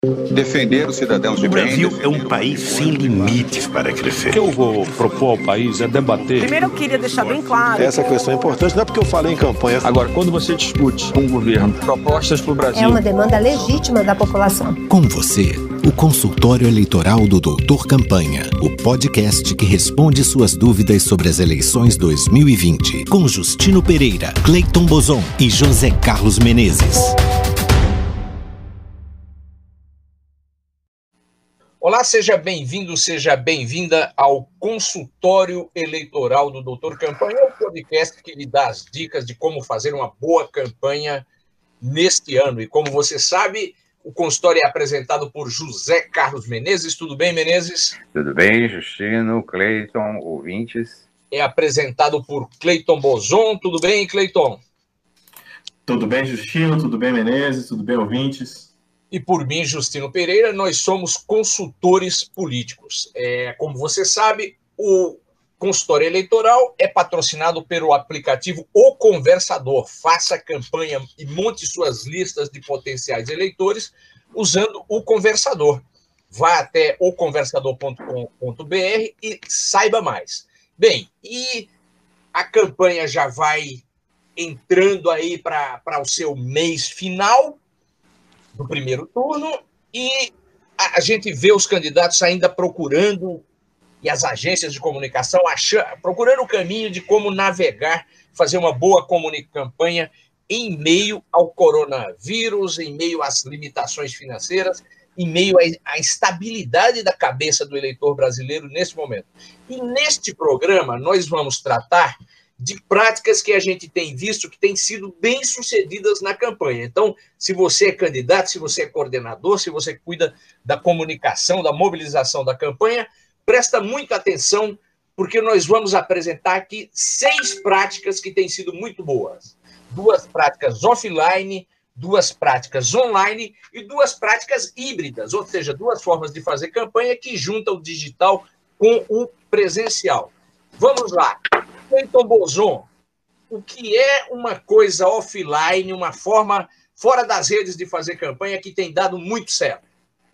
Defender os cidadãos de bem. O Brasil é um o país sem limites para crescer. O que eu vou propor ao país é debater. Primeiro eu queria deixar bem claro. Essa questão é importante, não é porque eu falei em campanha. Agora, quando você discute com o governo propostas para o Brasil... É uma demanda legítima da população. Com você, o consultório eleitoral do Doutor Campanha. O podcast que responde suas dúvidas sobre as eleições 2020. Com Justino Pereira, Cleiton Bozon e José Carlos Menezes. Olá, seja bem-vindo, seja bem-vinda ao consultório eleitoral do Doutor Campanha, o podcast que lhe dá as dicas de como fazer uma boa campanha neste ano. E como você sabe, o consultório é apresentado por José Carlos Menezes. Tudo bem, Menezes? Tudo bem, Justino, Cleiton, ouvintes. É apresentado por Cleiton Bozon. Tudo bem, Cleiton? Tudo bem, Justino, tudo bem, Menezes, tudo bem, ouvintes? E por mim, Justino Pereira, nós somos consultores políticos. Como você sabe, o consultório eleitoral é patrocinado pelo aplicativo O Conversador. Faça campanha e monte suas listas de potenciais eleitores usando o Conversador. Vá até oconversador.com.br e saiba mais. Bem, e a campanha já vai entrando aí para o seu mês final do primeiro turno, e a gente vê os candidatos ainda procurando, e as agências de comunicação procurando o caminho de como navegar, fazer uma boa campanha em meio ao coronavírus, em meio às limitações financeiras, em meio à instabilidade da cabeça do eleitor brasileiro nesse momento. E neste programa nós vamos tratar de práticas que a gente tem visto que têm sido bem-sucedidas na campanha. Então, se você é candidato, se você é coordenador, se você cuida da comunicação, da mobilização da campanha, presta muita atenção, porque nós vamos apresentar aqui 6 práticas que têm sido muito boas. 2 práticas offline, 2 práticas online e 2 práticas híbridas, ou seja, 2 formas de fazer campanha que juntam o digital com o presencial. Vamos lá. Cleiton Bozon, o que é uma coisa offline, uma forma fora das redes de fazer campanha que tem dado muito certo?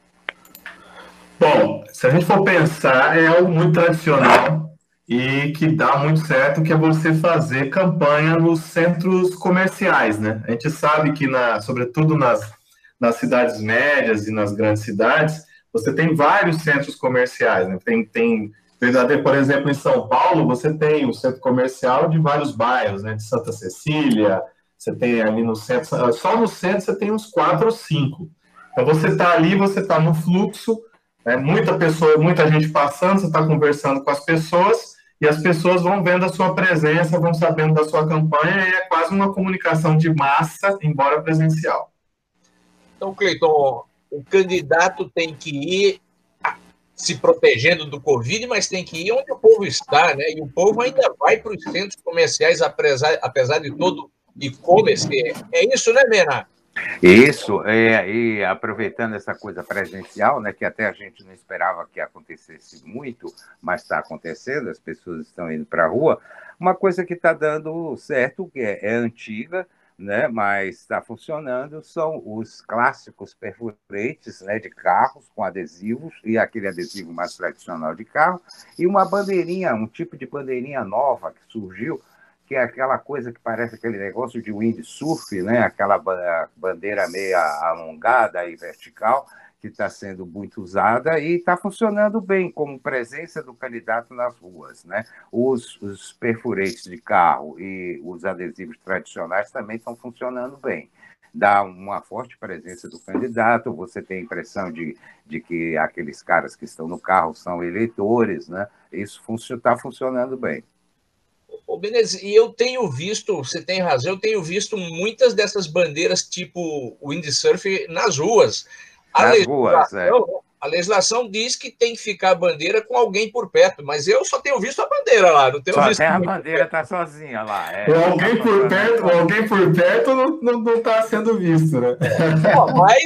Bom, se a gente for pensar, é algo muito tradicional e que dá muito certo, que é você fazer campanha nos centros comerciais, né? A gente sabe que, sobretudo nas cidades médias e nas grandes cidades, você tem vários centros comerciais, né? Por exemplo, em São Paulo, você tem o centro comercial de vários bairros, né? De Santa Cecília, você tem ali no centro, só no centro você tem uns 4 ou 5. Então você está ali, você está no fluxo, né? Muita gente passando, você está conversando com as pessoas, e as pessoas vão vendo a sua presença, vão sabendo da sua campanha, e é quase uma comunicação de massa, embora presencial. Então, Cleiton, o candidato tem que ir se protegendo do Covid, mas tem que ir onde o povo está, né? E o povo ainda vai para os centros comerciais, apesar de todo e-commerce. É isso, né, Mena? Isso, e aproveitando essa coisa presencial, né, que até a gente não esperava que acontecesse muito, mas está acontecendo, as pessoas estão indo para a rua, uma coisa que está dando certo, que é antiga, né, mas está funcionando, são os clássicos perfurantes, né, de carros com adesivos, e aquele adesivo mais tradicional de carro, e uma bandeirinha, um tipo de bandeirinha nova que surgiu, que é aquela coisa que parece aquele negócio de windsurf, né, aquela bandeira meio alongada e vertical, que está sendo muito usada e está funcionando bem como presença do candidato nas ruas, né? Os perfurantes de carro e os adesivos tradicionais também estão funcionando bem. Dá uma forte presença do candidato, você tem a impressão de que aqueles caras que estão no carro são eleitores, né? Isso está funcionando bem. Ô, Menezes, e eu tenho visto, você tem razão, eu tenho visto muitas dessas bandeiras tipo windsurf nas ruas. A legislação diz que tem que ficar a bandeira com alguém por perto, mas eu só tenho visto a bandeira lá. Não tenho só visto tem a bandeira, está sozinha lá. Alguém por perto não está sendo visto, né?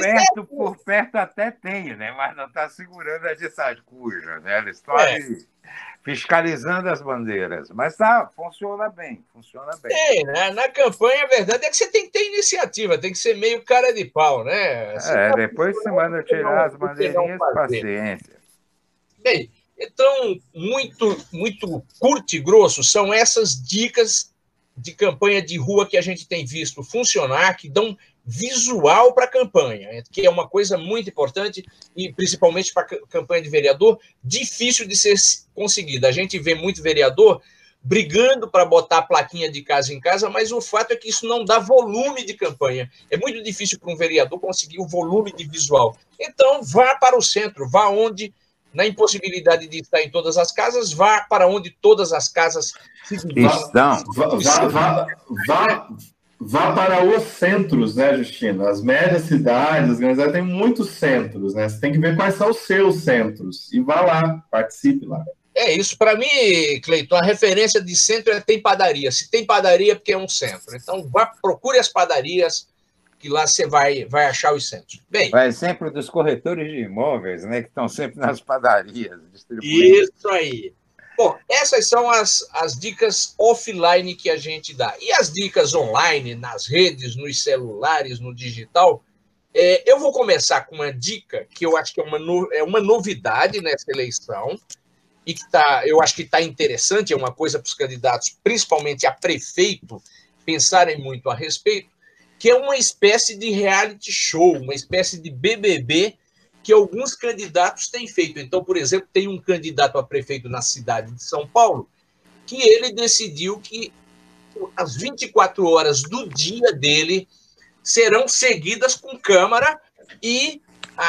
Por perto até tem, né? Mas não está segurando a de cuja, né? Eles estão ali. fiscalizando as bandeiras. Mas funciona bem, funciona bem. Na campanha, a verdade é que você tem que ter iniciativa, tem que ser meio cara de pau, né? Depois você manda tirar as bandeirinhas, paciência. Bem, então, muito curto e grosso, são essas dicas de campanha de rua que a gente tem visto funcionar, que dão visual para a campanha, que é uma coisa muito importante, e principalmente para a campanha de vereador, difícil de ser conseguida. A gente vê muito vereador brigando para botar a plaquinha de casa em casa, mas o fato é que isso não dá volume de campanha. É muito difícil para um vereador conseguir o volume de visual. Então, vá para o centro, vá onde, na impossibilidade de estar em todas as casas, vá para onde todas as casas estão. Vá para os centros, né, Justino? As médias cidades, as grandes cidades, tem muitos centros, né? Você tem que ver quais são os seus centros. E vá lá, participe lá. É isso. Para mim, Cleiton, a referência de centro é tem padaria. Se tem padaria, é porque é um centro. Então, procure as padarias, que lá você vai achar os centros. Bem, vai sempre dos corretores de imóveis, né, que estão sempre nas padarias distribuindo. Isso aí. Bom, essas são as dicas offline que a gente dá. E as dicas online, nas redes, nos celulares, no digital, eu vou começar com uma dica que eu acho que é uma novidade nessa eleição e que eu acho que está interessante, é uma coisa para os candidatos, principalmente a prefeito, pensarem muito a respeito, que é uma espécie de reality show, uma espécie de BBB que alguns candidatos têm feito. Então, por exemplo, tem um candidato a prefeito na cidade de São Paulo que ele decidiu que as 24 horas do dia dele serão seguidas com câmera e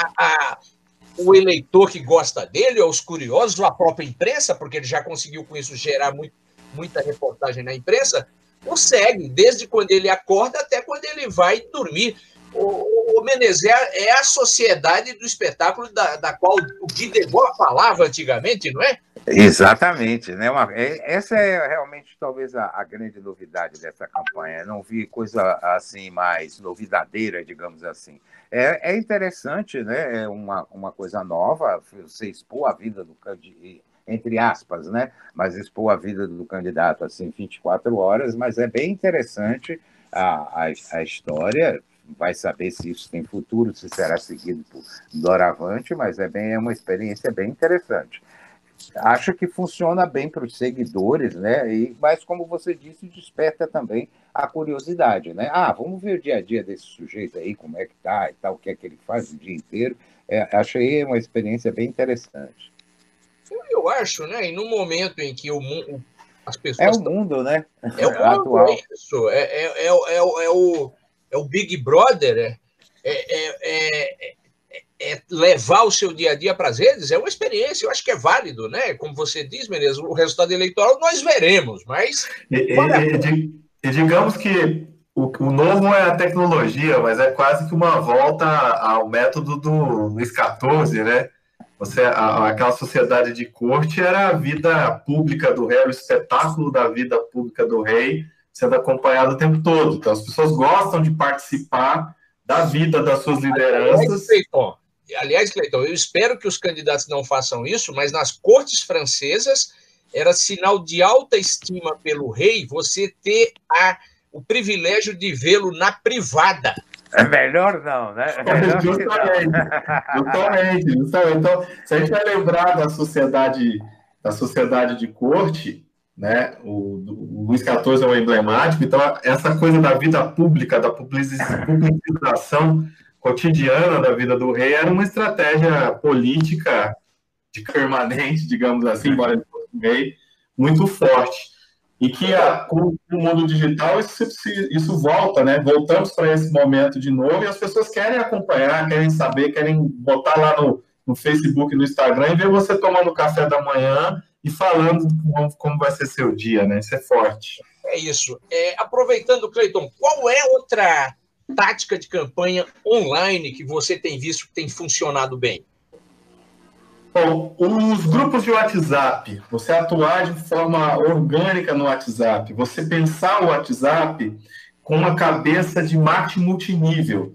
o eleitor que gosta dele, ou os curiosos, ou a própria imprensa, porque ele já conseguiu com isso gerar muita reportagem na imprensa, o segue, desde quando ele acorda até quando ele vai dormir. O Menezes é a sociedade do espetáculo da qual o Guy Debord falava antigamente, não é? Exatamente, né? Essa é realmente talvez a grande novidade dessa campanha. Não vi coisa assim mais novidadeira, digamos assim. É interessante, né? É uma coisa nova, você expor a vida do candidato, entre aspas, né? Mas expor a vida do candidato assim 24 horas, mas é bem interessante a história. Vai saber se isso tem futuro, se será seguido por doravante, mas é uma experiência bem interessante. Acho que funciona bem para os seguidores, né? Mas, como você disse, desperta também a curiosidade, né? Vamos ver o dia a dia desse sujeito aí, como é que tá e tal, o que é que ele faz o dia inteiro. Achei uma experiência bem interessante. Eu acho, né? E no momento em que as pessoas... É o mundo, né? É o mundo, atual. É isso. É o Big Brother, levar o seu dia a dia para as redes, é uma experiência, eu acho que é válido, né? Como você diz, Menezes, o resultado eleitoral nós veremos, mas... digamos que o novo é a tecnologia, mas é quase que uma volta ao método do Luís XIV, né? Aquela sociedade de corte era a vida pública do rei, o espetáculo da vida pública do rei, sendo acompanhado o tempo todo. Então, as pessoas gostam de participar da vida das suas lideranças. Aliás, Cleiton, eu espero que os candidatos não façam isso, mas nas cortes francesas era sinal de alta estima pelo rei você ter o privilégio de vê-lo na privada. É melhor não, né? Justamente. Então, se a gente vai lembrar da sociedade de corte, né? O Luís XIV é um emblemático, então essa coisa da vida pública, da publicização cotidiana da vida do rei era uma estratégia política permanente, digamos assim, embora ele fosse um rei, muito forte. E que com o mundo digital isso volta, né? Voltamos para esse momento de novo e as pessoas querem acompanhar, querem saber, querem botar lá no Facebook, no Instagram e ver você tomando café da manhã e falando como vai ser seu dia, né? Isso é forte. É isso. Aproveitando, Cleiton, qual é outra tática de campanha online que você tem visto que tem funcionado bem? Bom, os grupos de WhatsApp, você atuar de forma orgânica no WhatsApp, você pensar o WhatsApp com uma cabeça de marketing multinível.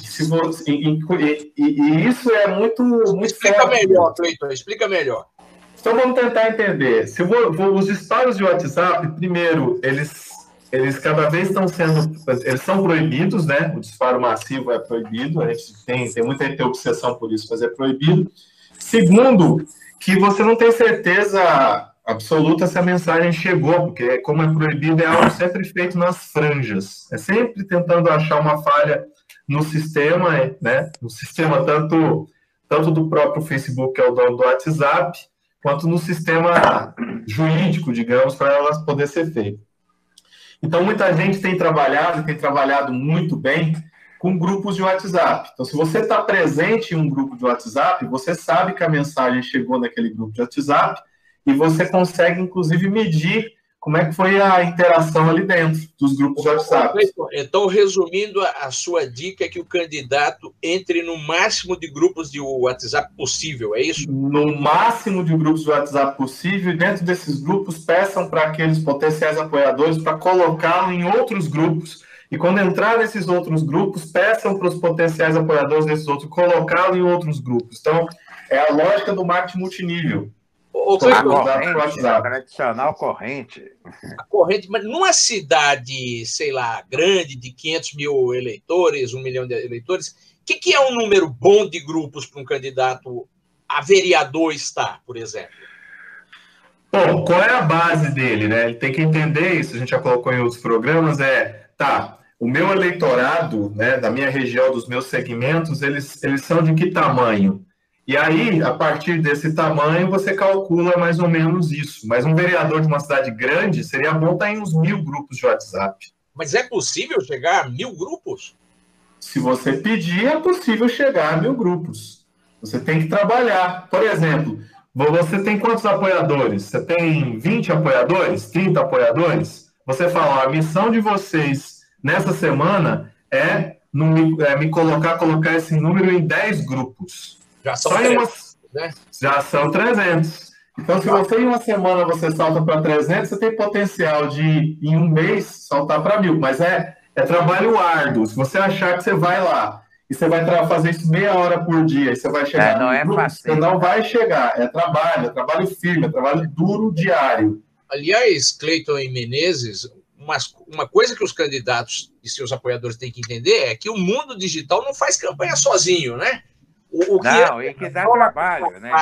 E isso é muito Explica melhor, Cleiton, explica melhor. Então vamos tentar entender. Se os disparos de WhatsApp, primeiro, eles cada vez eles são proibidos, né? O disparo massivo é proibido, a gente tem muita gente que tem obsessão por isso, mas é proibido. Segundo, que você não tem certeza absoluta se a mensagem chegou, porque como é proibido, é algo sempre feito nas franjas. É sempre tentando achar uma falha no sistema, né? No sistema tanto do próprio Facebook, que é o dono do WhatsApp, quanto no sistema jurídico, digamos, para elas poder ser feita. Então, muita gente tem trabalhado muito bem com grupos de WhatsApp. Então, se você está presente em um grupo de WhatsApp, você sabe que a mensagem chegou naquele grupo de WhatsApp e você consegue, inclusive, medir como é que foi a interação ali dentro dos grupos de WhatsApp. Então, resumindo, a sua dica é que o candidato entre no máximo de grupos de WhatsApp possível, é isso? No máximo de grupos de WhatsApp possível, e dentro desses grupos, peçam para aqueles potenciais apoiadores para colocá-lo em outros grupos. E quando entrar nesses outros grupos, peçam para os potenciais apoiadores desses outros colocá-lo em outros grupos. Então, é a lógica do marketing multinível. A tradicional corrente. A corrente, mas numa cidade, sei lá, grande, de 500 mil eleitores, 1 milhão de eleitores, o que é um número bom de grupos para um candidato a vereador estar, por exemplo? Bom, qual é a base dele, né? Ele tem que entender isso, a gente já colocou em outros programas, o meu eleitorado, né, da minha região, dos meus segmentos, eles são de que tamanho? E aí, a partir desse tamanho, você calcula mais ou menos isso. Mas um vereador de uma cidade grande seria bom estar em uns 1.000 grupos de WhatsApp. Mas é possível chegar a 1.000 grupos? Se você pedir, é possível chegar a 1.000 grupos. Você tem que trabalhar. Por exemplo, você tem quantos apoiadores? Você tem 20 apoiadores? 30 apoiadores? Você fala, a missão de vocês nessa semana é colocar esse número em 10 grupos. Já são 300, né? Já são 300. Então, se você em uma semana você salta para 300, você tem potencial de, em um mês, saltar para 1.000. Mas é trabalho árduo. Se você achar que você vai lá e você vai fazer isso meia hora por dia e você vai chegar não é grupo, fácil, você não vai chegar. É trabalho firme, é trabalho duro, diário. Aliás, Cleiton e Menezes, uma coisa que os candidatos e seus apoiadores têm que entender é que o mundo digital não faz campanha sozinho, né? Que dá trabalho, né?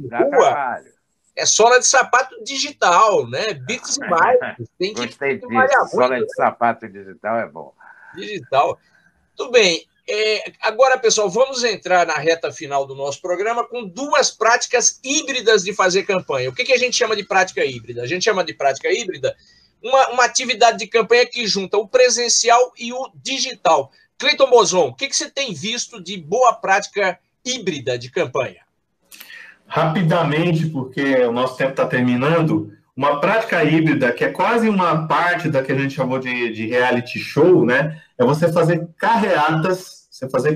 É sola de sapato digital, né? Bits e bytes. Tem que Gostei disso. Sola de sapato digital é bom. Digital. Tudo bem. Agora, pessoal, vamos entrar na reta final do nosso programa com 2 práticas híbridas de fazer campanha. O que a gente chama de prática híbrida? A gente chama de prática híbrida uma atividade de campanha que junta o presencial e o digital. Cleiton Bozon, o que você tem visto de boa prática híbrida de campanha? Rapidamente, porque o nosso tempo está terminando, uma prática híbrida, que é quase uma parte da que a gente chamou de reality show, né? É você fazer carreatas,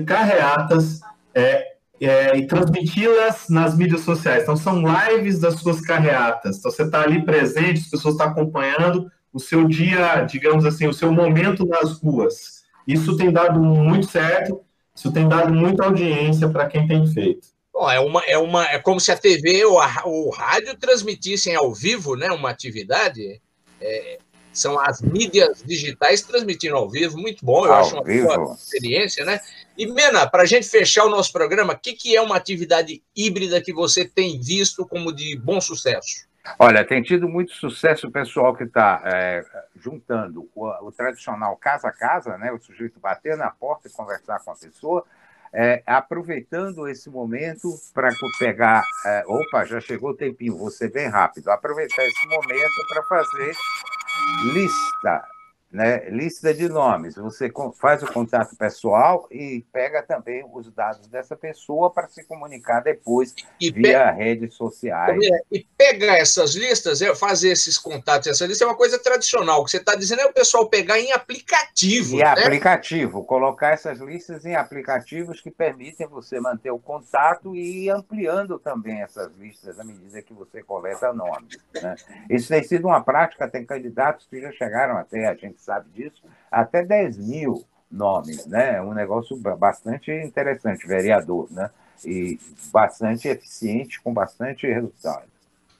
e transmiti-las nas mídias sociais. Então, são lives das suas carreatas. Então, você está ali presente, as pessoas estão acompanhando o seu dia, digamos assim, o seu momento nas ruas. Isso tem dado muito certo, isso tem dado muita audiência para quem tem feito. Bom, é como se a TV ou o rádio transmitissem ao vivo, né, uma atividade. São as mídias digitais transmitindo ao vivo, muito bom, eu acho uma boa experiência, né? E, Mena, para a gente fechar o nosso programa, o que é uma atividade híbrida que você tem visto como de bom sucesso? Olha, tem tido muito sucesso o pessoal que está juntando o tradicional casa a casa, né? O sujeito bater na porta e conversar com a pessoa, aproveitando esse momento para pegar... opa, já chegou o tempinho, vou ser bem rápido. Aproveitar esse momento para fazer lista, né? Lista de nomes. Você faz o contato pessoal e pega também os dados dessa pessoa para se comunicar depois via redes sociais. E pega essas listas, fazer esses contatos, essa lista é uma coisa tradicional. O que você está dizendo é o pessoal pegar em aplicativo. Aplicativo, colocar essas listas em aplicativos que permitem você manter o contato e ir ampliando também essas listas à medida que você coleta nomes, né? Isso tem sido uma prática, tem candidatos que já chegaram até, a gente sabe disso, até 10.000 nomes, né? Um negócio bastante interessante, vereador, né? E bastante eficiente, com bastante resultado.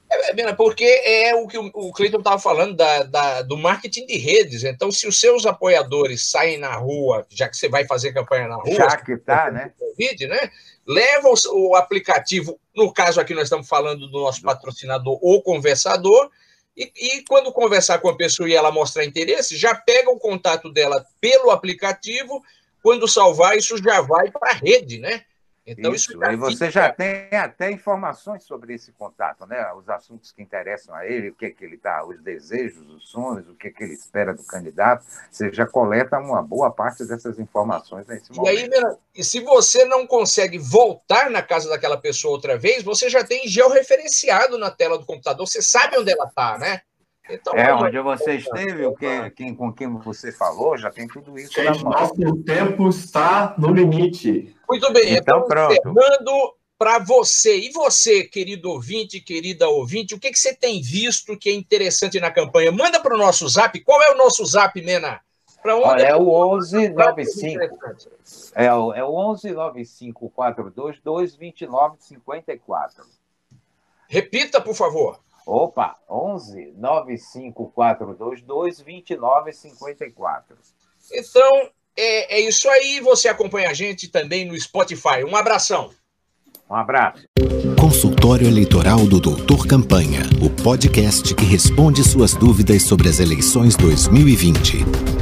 Porque é o que o Cleiton estava falando do marketing de redes. Então, se os seus apoiadores saem na rua, já que você vai fazer campanha na rua... Já que está, né? COVID, né? Leva o aplicativo, no caso aqui nós estamos falando do nosso patrocinador ou conversador, e quando conversar com a pessoa e ela mostrar interesse, já pega o contato dela pelo aplicativo, quando salvar, isso já vai para a rede, né? Então, isso aí você já tem até informações sobre esse contato, né? Os assuntos que interessam a ele, o que é que ele está, os desejos, os sonhos, o que é que ele espera do candidato. Você já coleta uma boa parte dessas informações nesse momento. E aí, e se você não consegue voltar na casa daquela pessoa outra vez, você já tem georreferenciado na tela do computador, você sabe onde ela está, né? Então, onde você esteve, com quem você falou, já tem tudo isso na mão. Nosso tempo está no limite. Muito bem, então pronto. Encerrando para você. E você, querido ouvinte, querida ouvinte, o que você tem visto que é interessante na campanha? Manda para o nosso zap. Qual é o nosso zap, Mena? Olha, é o 1195. É o 119542292954. Repita, por favor. Opa, 1195422954. Então, é isso aí. Você acompanha a gente também no Spotify. Um abração. Um abraço. Consultório Eleitoral do Doutor Campanha, o podcast que responde suas dúvidas sobre as eleições 2020.